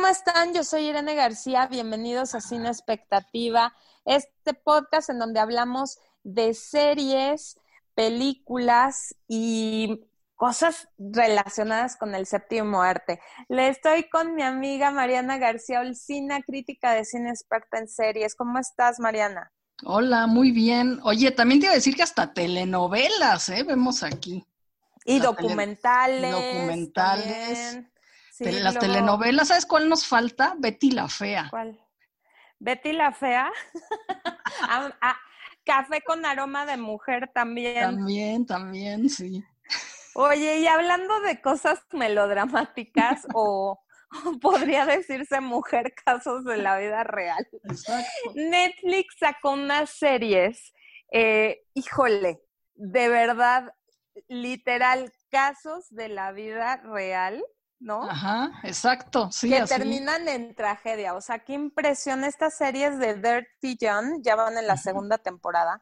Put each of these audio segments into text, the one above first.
están? Yo soy Irene García, bienvenidos a Sin Expectativa, este podcast en donde hablamos de series, películas y cosas relacionadas con el séptimo arte. Le estoy con mi amiga Mariana García Olcina, crítica de cine experta en series. ¿Cómo estás, Mariana? Hola, muy bien. Oye, también te iba a decir que hasta telenovelas, vemos aquí. Y Y documentales documentales. también. Sí, Las luego, telenovelas, ¿sabes cuál nos falta? Betty la Fea. ¿cuál? Betty la Fea. Ah, ah, Café con aroma de mujer también. También, sí. Oye, y hablando de cosas melodramáticas o podría decirse mujer casos de la vida real, Exacto. Netflix sacó unas series, híjole, de verdad, literal, casos de la vida real, ¿no? Ajá, exacto, sí, Que así. terminan en tragedia. O sea, qué impresión estas series de Dirty John, ya van en la Ujú. segunda temporada.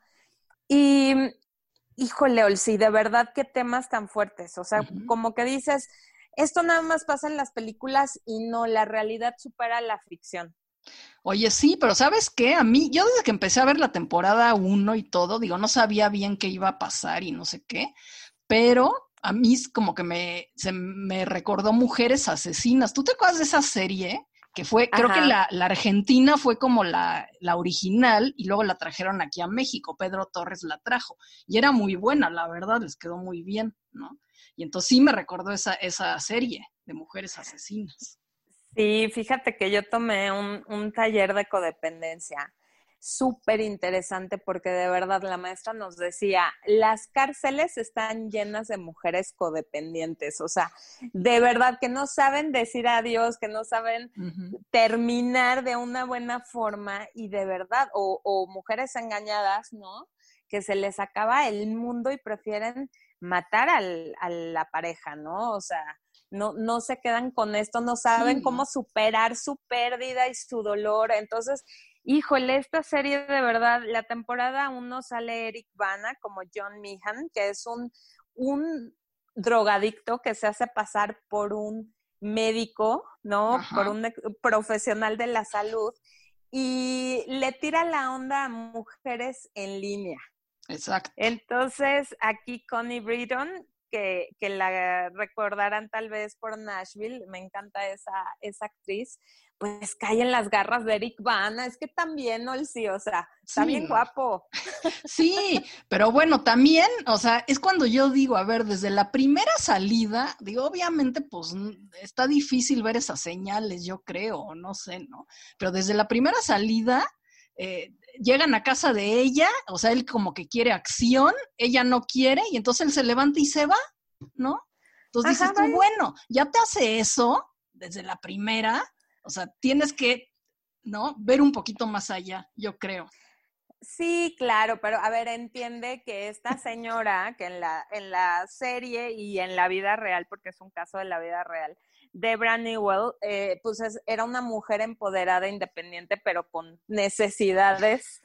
Y híjole, Olsi, de verdad qué temas tan fuertes. O sea, Ujú. como que dices, esto nada más pasa en las películas y no, la realidad supera la ficción. Oye, sí, pero ¿sabes qué? Yo desde que empecé a ver la temporada 1 y todo, digo, no sabía bien qué iba a pasar y no sé qué, pero a mí como que se me recordó Mujeres Asesinas. ¿Tú te acuerdas de esa serie? Que fue, creo que Ajá. la Argentina fue como la original y luego la trajeron aquí a México. Pedro Torres la trajo. Y era muy buena, la verdad, les quedó muy bien, ¿no? Y entonces sí me recordó esa serie de Mujeres Asesinas. Sí, fíjate que yo tomé un taller de codependencia súper interesante porque de verdad la maestra nos decía, las cárceles están llenas de mujeres codependientes, o sea, de verdad que no saben decir adiós, que no saben Ujú. terminar de una buena forma y de verdad, o mujeres engañadas, ¿no? Que se les acaba el mundo y prefieren matar a la pareja, ¿no? O sea, no se quedan con esto, no Sí, saben cómo ¿no? superar su pérdida y su dolor. Entonces, híjole, esta serie de verdad, la temporada 1 sale Eric Bana como John Meehan, que es un drogadicto que se hace pasar por un médico, ¿no? Por Ajá, un profesional de la salud y le tira la onda a mujeres en línea. exacto. Entonces, aquí Connie Britton, que la recordarán tal vez por Nashville, me encanta esa actriz, pues cae en las garras de Eric Bana. Es que también, sí, o sea, está Sí, bien no. guapo. Sí, pero bueno, también, o sea, es cuando yo digo, a ver, desde la primera salida, digo, obviamente, pues está difícil ver esas señales, yo creo, o no sé, ¿no? Pero desde la primera salida, llegan a casa de ella, o sea, él como que quiere acción, ella no quiere, y entonces él se levanta y se va, ¿no? Entonces Ajá, dices tú, vaya. bueno, ya te hace eso desde la primera, o sea, tienes que, ¿no? Ver un poquito más allá, yo creo. Sí, claro, pero a ver, entiende que esta señora, que en la serie y en la vida real, porque es un caso de la vida real, Debra Newell, pues era una mujer empoderada, independiente, pero con necesidades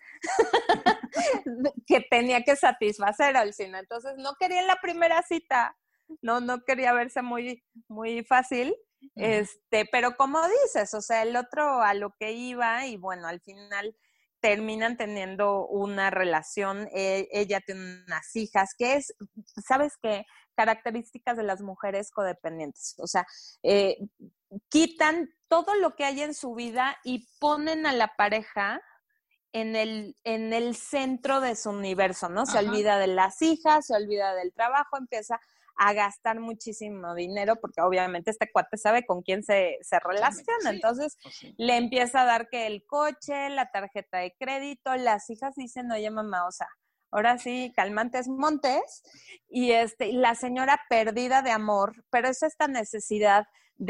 que tenía que satisfacer al cine. Entonces, no quería en la primera cita, no quería verse muy, muy fácil. Ujú. Pero como dices, o sea, el otro a lo que iba y bueno, al final terminan teniendo una relación, ella tiene unas hijas, que es, ¿sabes qué? Características de las mujeres codependientes, o sea, eh, quitan todo lo que hay en su vida y ponen a la pareja en el centro de su universo, ¿no? Se Ajá. olvida de las hijas, se olvida del trabajo, empieza a gastar muchísimo dinero porque obviamente este cuate sabe con quién se relaciona, Sí, entonces pues sí. le empieza a dar que el coche, la tarjeta de crédito, las hijas dicen, oye mamá, o sea, ahora sí, calmantes montes, y la señora perdida de amor, pero es esta necesidad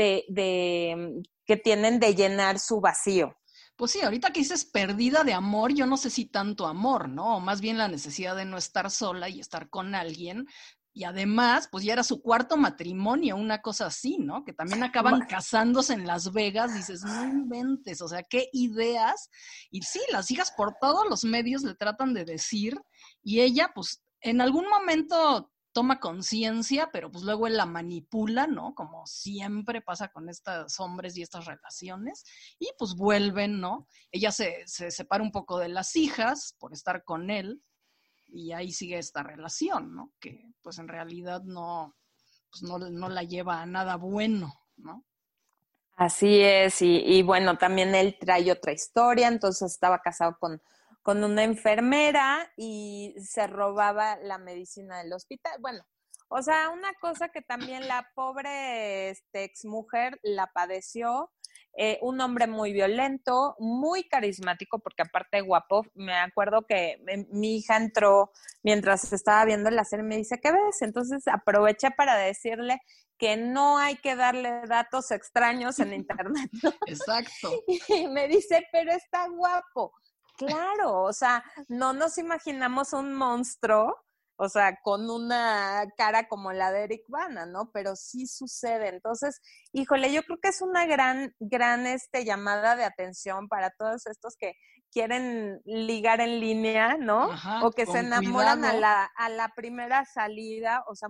de que tienen de llenar su vacío. Pues sí, ahorita que dices perdida de amor, yo no sé si tanto amor, ¿no? O más bien la necesidad de no estar sola y estar con alguien. Y además, pues ya era su cuarto matrimonio, una cosa así, ¿no? Que también acaban casándose en Las Vegas, dices, no inventes, o sea, qué ideas. Y sí, las hijas por todos los medios le tratan de decir, y ella, pues, en algún momento toma conciencia, pero pues luego él la manipula, ¿no? Como siempre pasa con estos hombres y estas relaciones, y pues vuelven, ¿no? Ella se separa un poco de las hijas por estar con él, y ahí sigue esta relación, ¿no? Que pues en realidad no, pues no la lleva a nada bueno, ¿no? Así es, y bueno, también él trae otra historia, entonces estaba casado con una enfermera y se robaba la medicina del hospital. Bueno, o sea, una cosa que también la pobre exmujer la padeció, un hombre muy violento, muy carismático, porque aparte guapo, me acuerdo que mi hija entró mientras estaba viendo la serie y me dice, ¿qué ves? Entonces aproveché para decirle que no hay que darle datos extraños en internet, ¿no? Exacto. Y me dice, pero está guapo. Claro, o sea, no nos imaginamos un monstruo, o sea, con una cara como la de Eric Bana, ¿no? Pero sí sucede. Entonces, híjole, yo creo que es una gran llamada de atención para todos estos que quieren ligar en línea, ¿no? Ajá, O que se con enamoran cuidado. a la primera salida, o sea,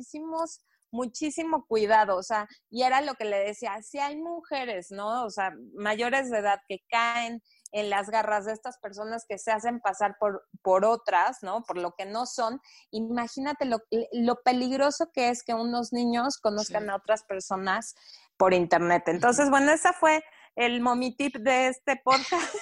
muchísimo cuidado, o sea, y era lo que le decía, si hay mujeres, ¿no? O sea, mayores de edad que caen en las garras de estas personas que se hacen pasar por otras, ¿no? Por lo que no son, imagínate lo peligroso que es que unos niños conozcan Sí. a otras personas por internet. Entonces, bueno, esa fue el momitip de este podcast.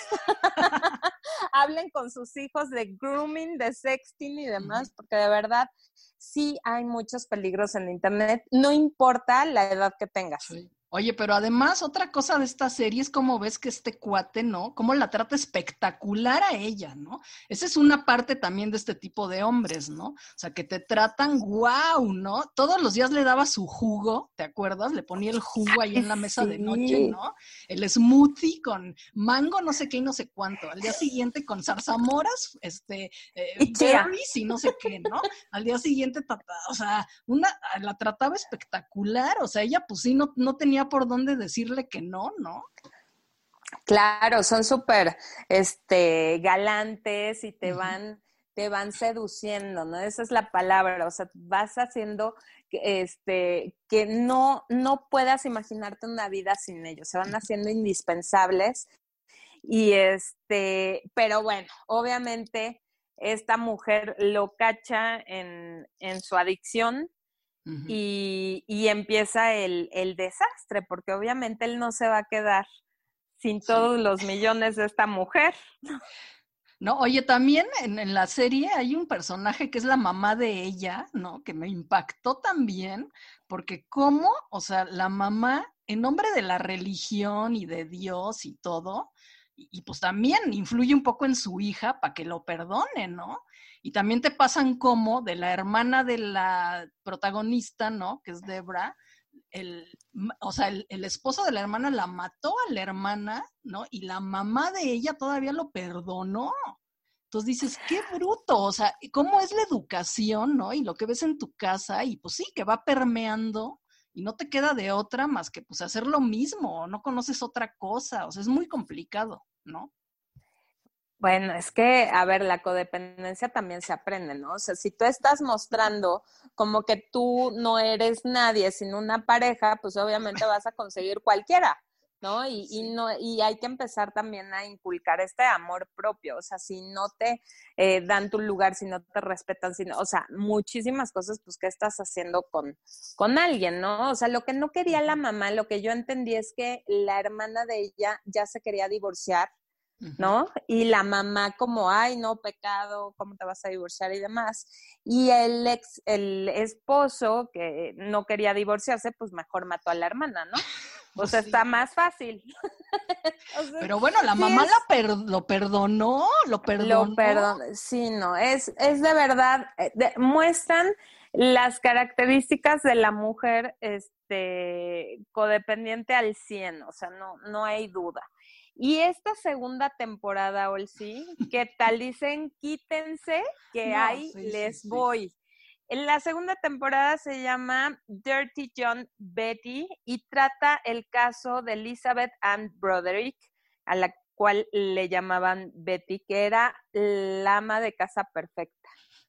Hablen con sus hijos de grooming, de sexting y demás, porque de verdad sí hay muchos peligros en internet, no importa la edad que tengas. Sí. Oye, pero además otra cosa de esta serie es cómo ves que este cuate, ¿no? Cómo la trata espectacular a ella, ¿no? Esa es una parte también de este tipo de hombres, ¿no? O sea, que te tratan guau, ¿no? Todos los días le daba su jugo, ¿te acuerdas? Le ponía el jugo ahí en la mesa de noche, Sí. ¿no? El smoothie con mango, no sé qué y no sé cuánto. Al día siguiente con zarzamoras, Y chía. berries y no sé qué, ¿no? Al día siguiente, o sea, la trataba espectacular, o sea, ella pues sí no tenía por dónde decirle que no, ¿no? Claro, son súper galantes y Uh-huh. te van seduciendo, ¿no? Esa es la palabra, o sea, vas haciendo que no puedas imaginarte una vida sin ellos, se van haciendo indispensables y pero bueno, obviamente esta mujer lo cacha en su adicción Uh-huh. y empieza el desastre, porque obviamente él no se va a quedar sin Sí. todos los millones de esta mujer. No, oye, también en la serie hay un personaje que es la mamá de ella, ¿no? Que me impactó también, porque cómo, o sea, la mamá, en nombre de la religión y de Dios y todo, y pues también influye un poco en su hija para que lo perdone, ¿no? Y también te pasan como de la hermana de la protagonista, ¿no? Que es Debra, o sea, el esposo de la hermana la mató a la hermana, ¿no? Y la mamá de ella todavía lo perdonó. Entonces dices, qué bruto, o sea, cómo es la educación, ¿no? Y lo que ves en tu casa, y pues sí, que va permeando y no te queda de otra más que pues hacer lo mismo, no conoces otra cosa, o sea, es muy complicado, ¿no? Bueno, es que, a ver, la codependencia también se aprende, ¿no? O sea, si tú estás mostrando como que tú no eres nadie sin una pareja, pues obviamente vas a conseguir cualquiera, ¿no? Sí. Y hay que empezar también a inculcar este amor propio, o sea, si no te dan tu lugar, si no te respetan, o sea, muchísimas cosas, pues, ¿qué estás haciendo con alguien, ¿no? O sea, lo que no quería la mamá, lo que yo entendí es que la hermana de ella ya se quería divorciar, Uh-huh. ¿no? Y la mamá como, ay, no, pecado, ¿cómo te vas a divorciar y demás? Y el esposo que no quería divorciarse, pues mejor mató a la hermana, ¿no? O Pues sea, está sí. más fácil. Entonces, Pero bueno, la sí mamá es, lo perdonó, lo perdonó. sí, no, es de verdad, muestran las características de la mujer, codependiente al 100, o sea, no hay duda. Y esta segunda temporada, Olsi, ¿qué tal? Dicen, quítense, que No, ahí sí, sí, les sí. voy. En la segunda temporada se llama Dirty John Betty y trata el caso de Elizabeth Ann Broderick, a la cual le llamaban Betty, que era la ama de casa perfecta.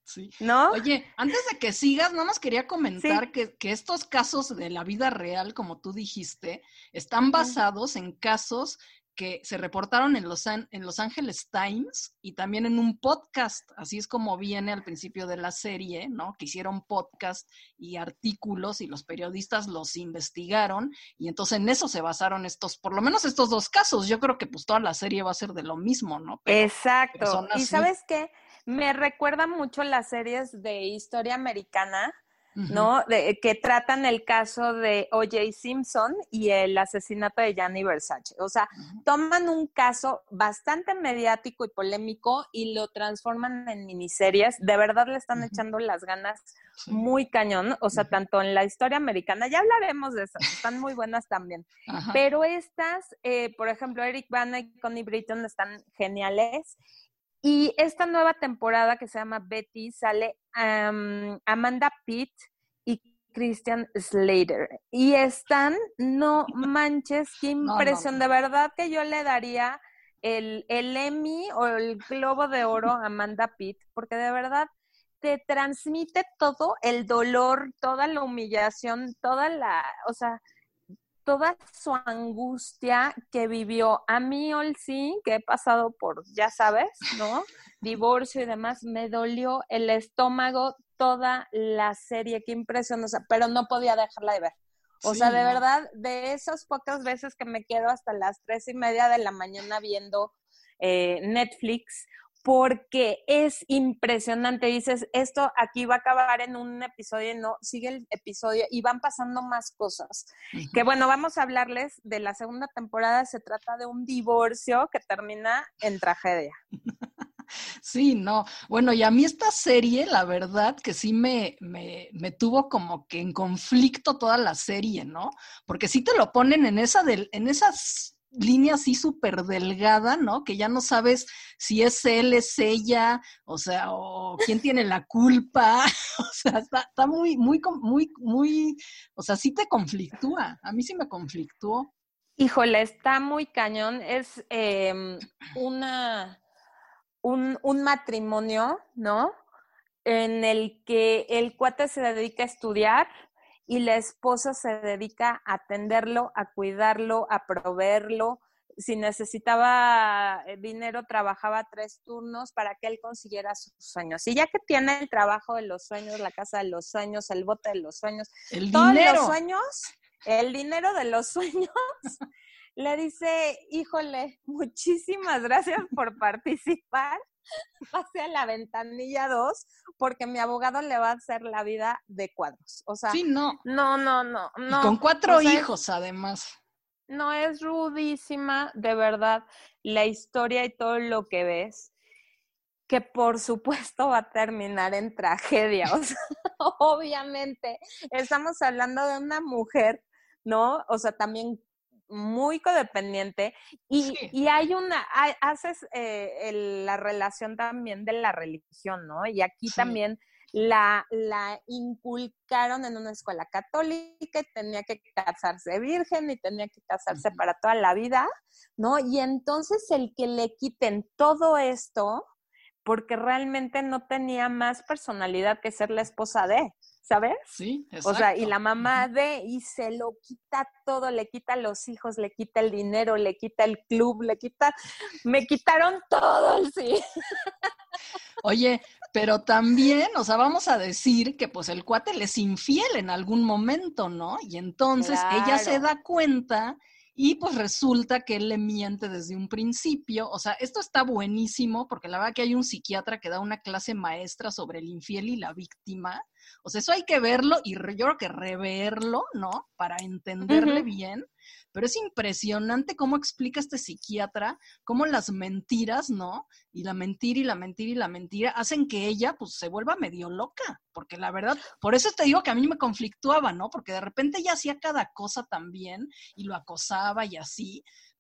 Sí. ¿no? Oye, antes de que sigas, nada más quería Sí. comentar que estos casos de la vida real, como tú dijiste, están Ujú. basados en casos que se reportaron en Los Angeles Times y también en un podcast. Así es como viene al principio de la serie, ¿no? Que hicieron podcast y artículos y los periodistas los investigaron y entonces en eso se basaron por lo menos estos dos casos. Yo creo que pues toda la serie va a ser de lo mismo, ¿no? Pero Exacto. son Y así. ¿sabes qué? Me recuerda mucho las series de historia americana, Ujú, ¿no? Que tratan el caso de O.J. Simpson y el asesinato de Gianni Versace. O sea, ujú, toman un caso bastante mediático y polémico y lo transforman en miniseries. De verdad le están ujú. echando las ganas Sí. muy cañón. O sea, Ujú. tanto en la historia americana, ya hablaremos de esas, están muy buenas también. Ajá. Pero estas, por ejemplo, Eric Bana y Connie Britton están geniales. Y esta nueva temporada que se llama Betty sale Amanda Pitt y Christian Slater. Y están, no manches, qué No, no, impresión. no. De verdad que yo le daría el Emmy o el Globo de Oro a Amanda Pitt, porque de verdad te transmite todo el dolor, toda la humillación, o sea, toda su angustia que vivió. A mí, Olsi, que he pasado por, ya sabes, ¿no? Divorcio y demás, me dolió el estómago toda la serie, qué impresión, o sea, pero no podía dejarla de ver. O Sí, sea, de no. verdad, de esas pocas veces que me quedo hasta las 3:30 de la mañana viendo Netflix, porque es impresionante. Dices, esto aquí va a acabar en un episodio y no, sigue el episodio y van pasando más cosas. Ujú. Que bueno, vamos a hablarles de la segunda temporada. Se trata de un divorcio que termina en tragedia. Sí, no. Bueno, y a mí esta serie, la verdad, que sí me tuvo como que en conflicto toda la serie, ¿no? Porque sí te lo ponen en esas líneas así súper delgada, ¿no? Que ya no sabes si es él, es ella, o sea, o quién tiene la culpa. O sea, está muy, o sea, sí te conflictúa. A mí sí me conflictuó. Híjole, está muy cañón. Es una, un matrimonio, ¿no? En el que el cuate se dedica a estudiar y la esposa se dedica a atenderlo, a cuidarlo, a proveerlo. Si necesitaba dinero, trabajaba 3 turnos para que él consiguiera sus sueños. Y ya que tiene el trabajo de los sueños, la casa de los sueños, el bote de los sueños, El todos los dinero. sueños, el dinero de los sueños, le dice, híjole, muchísimas gracias por participar, pase a la ventanilla 2 porque mi abogado le va a hacer la vida de cuadros. O sea, Sí, no. no, no, no, Y con no. O 4 sea, hijos, además. no es rudísima, de verdad, la historia y todo lo que ves, que por supuesto va a terminar en tragedia. O sea, obviamente, estamos hablando de una mujer, ¿no? O sea, también muy codependiente Sí. y haces la relación también de la religión, ¿no? Y aquí Sí. también la inculcaron en una escuela católica y tenía que casarse virgen y tenía que casarse Ujú. para toda la vida, ¿no? Y entonces el que le quiten todo esto, porque realmente no tenía más personalidad que ser la esposa de, ¿sabes? Sí, O sea, y exacto. la mamá de, y se lo quita todo, le quita los hijos, le quita el dinero, le quita el club, me quitaron todo, sí. Oye, pero también, o sea, vamos a decir que pues el cuate le es infiel en algún momento, ¿no? Y entonces ella se Claro. da cuenta y pues resulta que él le miente desde un principio. O sea, esto está buenísimo porque la verdad que hay un psiquiatra que da una clase maestra sobre el infiel y la víctima. O sea, eso hay que verlo y yo creo que reverlo, ¿no? Para entenderle Uh-huh. bien. Pero es impresionante cómo explica este psiquiatra, cómo las mentiras, ¿no? Y la mentira y la mentira y la mentira hacen que ella pues se vuelva medio loca, porque la verdad, por eso te digo que a mí me conflictuaba, ¿no? Porque de repente ella hacía cada cosa también y lo acosaba y así,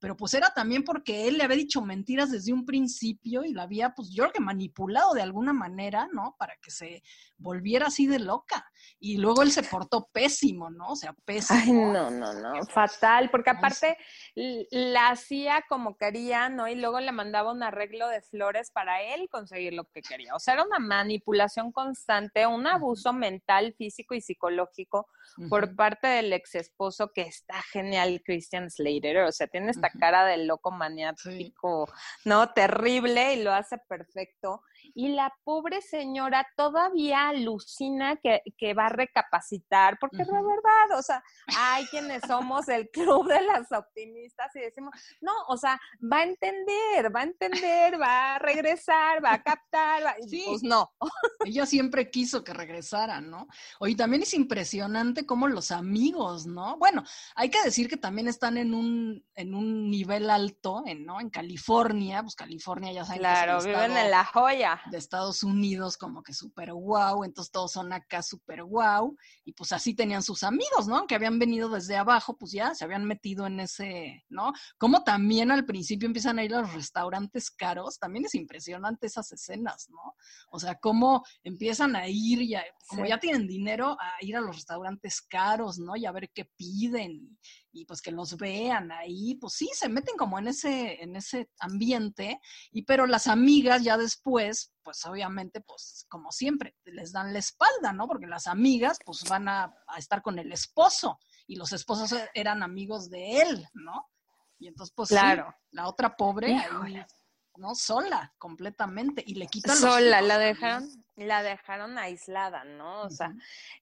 pero pues era también porque él le había dicho mentiras desde un principio y la había, pues yo creo que manipulado de alguna manera, ¿no? Para que se volviera así de loca. Y luego él se portó pésimo, ¿no? O sea, Ay, pésimo. no, fatal, porque Entonces, aparte la hacía como quería, ¿no? Y luego le mandaba un arreglo de flores para él conseguir lo que quería. O sea, era una manipulación constante, un abuso mental, físico y psicológico por parte del ex esposo, que está genial, Christian Slater. O sea, tiene esta cara de loco maniático, ¿no? Terrible, y lo hace perfecto. Y la pobre señora todavía alucina que va a recapacitar, porque es la verdad, o sea, hay quienes somos el club de las optimistas y decimos, no, o sea, va a entender, va a regresar, va a captar, sí. Pues no. Ella siempre quiso que regresara, ¿no? Oye, también es impresionante cómo los amigos, ¿no? Bueno, hay que decir que también están en un nivel alto, ¿no? En California, pues California ya saben Claro, que es el viven estado en La Joya. de Estados Unidos como que súper guau, entonces todos son acá súper guau, y pues así tenían sus amigos, ¿no? Que habían venido desde abajo, pues ya se habían metido en ese, ¿no? Como también al principio empiezan a ir a los restaurantes caros, también es impresionante esas escenas, ¿no? O sea, cómo empiezan a ir, ya, como ya tienen dinero, a ir a los restaurantes caros, ¿no? Y a ver qué piden, y pues que los vean ahí, pues sí, se meten como en ese ambiente, pero las amigas ya después, pues obviamente, pues como siempre, les dan la espalda, ¿no? Porque las amigas, pues van a estar con el esposo, y los esposos eran amigos de él, ¿no? Y entonces, pues claro. sí, la otra pobre Híjole. ahí, ¿no? Sola, completamente, y le quitan los Sola, hijos la dejaron aislada, ¿no? O sea, también.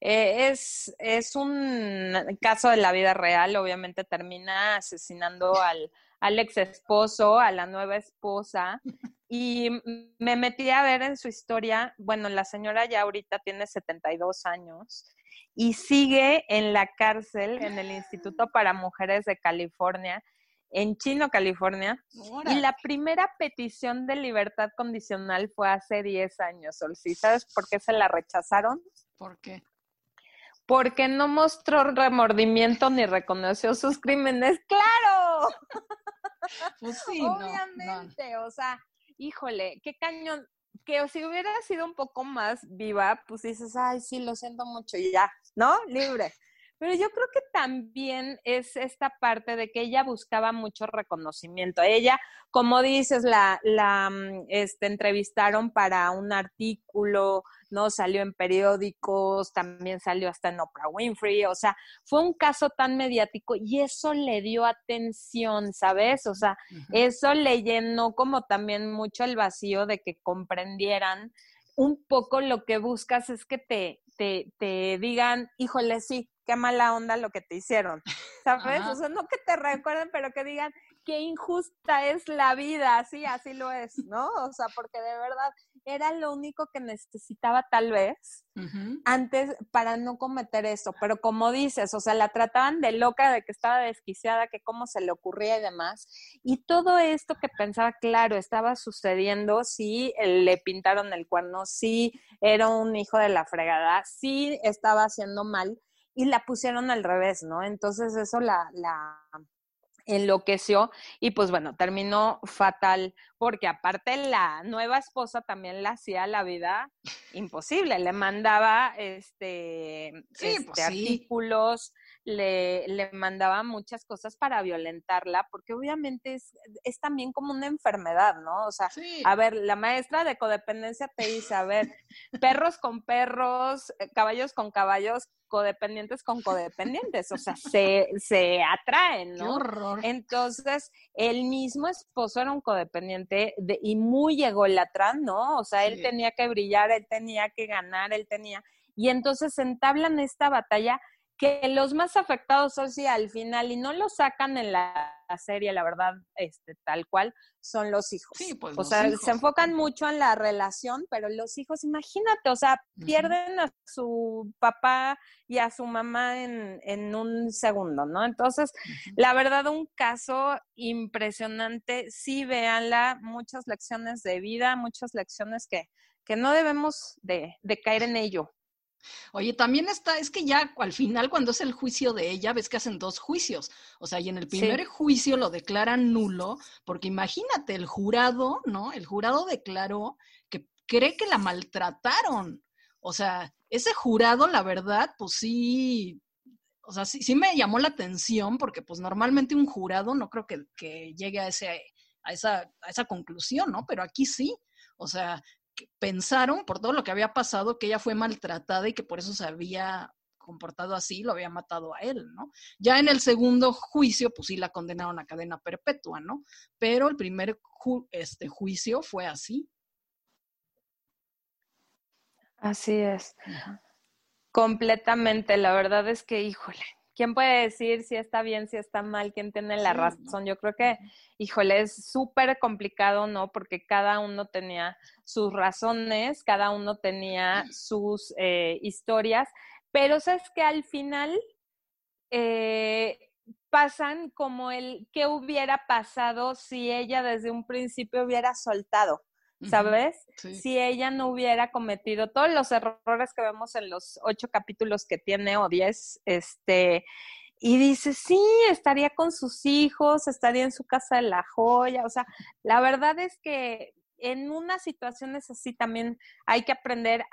es un caso de la vida real, obviamente termina asesinando al ex esposo, a la nueva esposa, y me metí a ver en su historia, bueno, la señora ya ahorita tiene 72 años y sigue en la cárcel, en el Instituto para Mujeres de California, en Chino, California, y Órale. la primera petición de libertad condicional fue hace 10 años, Solsi. ¿Sabes por qué se la rechazaron? ¿Por qué? Porque no mostró remordimiento ni reconoció sus crímenes. ¡Claro! Pues sí, no. Obviamente, o sea, híjole, qué cañón. Que si hubiera sido un poco más viva, pues dices, ay, sí, lo siento mucho y ya, ¿no? Libre. Pero yo creo que también es esta parte de que ella buscaba mucho reconocimiento. Ella, como dices, entrevistaron para un artículo, ¿no? Salió en periódicos, también salió hasta en Oprah Winfrey, o sea, fue un caso tan mediático y eso le dio atención, ¿sabes? O sea, eso le llenó como también mucho el vacío de que comprendieran un poco. Lo que buscas es que te digan, híjole, sí, qué mala onda lo que te hicieron, ¿sabes? Ajá. O sea, no que te recuerden, pero que digan qué injusta es la vida, sí, así lo es, ¿no? O sea, porque de verdad era lo único que necesitaba tal vez antes para no cometer eso, pero como dices, o sea, la trataban de loca, de que estaba desquiciada, que cómo se le ocurría y demás, y todo esto que pensaba, claro, estaba sucediendo, sí, le pintaron el cuerno, sí, era un hijo de la fregada, sí, estaba haciendo mal, y la pusieron al revés, ¿no? Entonces eso la enloqueció y pues bueno, terminó fatal porque aparte la nueva esposa también le hacía la vida imposible, le mandaba Sí, pues sí. artículos, le mandaba muchas cosas para violentarla, porque obviamente es también como una enfermedad, ¿no? O sea, Sí. a ver, la maestra de codependencia te dice, a ver, perros con perros, caballos con caballos, codependientes con codependientes, o sea, se atraen, Qué ¿no? horror. Entonces, el mismo esposo era un codependiente y muy ególatra, ¿no? O sea, él Sí. tenía que brillar, él tenía que ganar, y entonces entablan esta batalla que los más afectados son sí al final, y no lo sacan en la serie, la verdad, tal cual, son los Sí, hijos. pues O los sea, se hijos. enfocan mucho en la relación, pero los hijos, imagínate, o sea, pierden a su papá y a su mamá en un segundo, ¿no? Entonces, la verdad, un caso impresionante. Sí, véanla, muchas lecciones de vida, muchas lecciones que no debemos de caer en ello. Oye, también es que ya al final cuando es el juicio de ella, ves que hacen 2 juicios. O sea, y en el primer Sí. juicio lo declaran nulo, porque imagínate, el jurado, ¿no? El jurado declaró que cree que la maltrataron. O sea, ese jurado, la verdad, pues sí, o sea, sí me llamó la atención, porque pues normalmente un jurado no creo que llegue a esa conclusión, ¿no? Pero aquí sí. O sea, pensaron, por todo lo que había pasado, que ella fue maltratada y que por eso se había comportado así, lo había matado a él, ¿no? Ya en el segundo juicio, pues sí la condenaron a cadena perpetua, ¿no? Pero el primer juicio fue así. Así es. Uh-huh. Completamente, la verdad es que, híjole, ¿quién puede decir si está bien, si está mal, quién tiene la Sí, ¿no? razón? Yo creo que, híjole, es súper complicado, ¿no? Porque cada uno tenía sus razones, cada uno tenía sus historias, pero sabes que al final eh, pasan como el qué hubiera pasado si ella desde un principio hubiera soltado, Uh-huh. ¿sabes? Sí. Si ella no hubiera cometido todos los errores que vemos en los 8 capítulos que tiene o 10, y dice, sí, estaría con sus hijos, estaría en su casa de la joya, o sea, la verdad es que en unas situaciones así también hay que aprender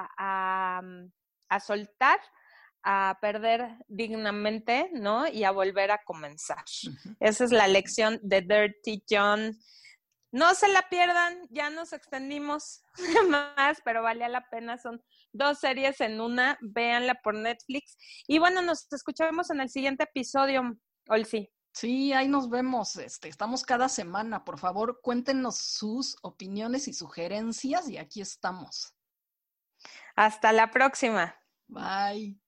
a soltar, a perder dignamente, ¿no? Y a volver a comenzar. Uh-huh. Esa es la lección de Dirty John. No se la pierdan, ya nos extendimos más, pero valía la pena. Son 2 series en una, véanla por Netflix. Y bueno, nos escuchamos en el siguiente episodio, Olsi. Sí, ahí nos vemos. Estamos cada semana. Por favor, cuéntenos sus opiniones y sugerencias y aquí estamos. Hasta la próxima. Bye.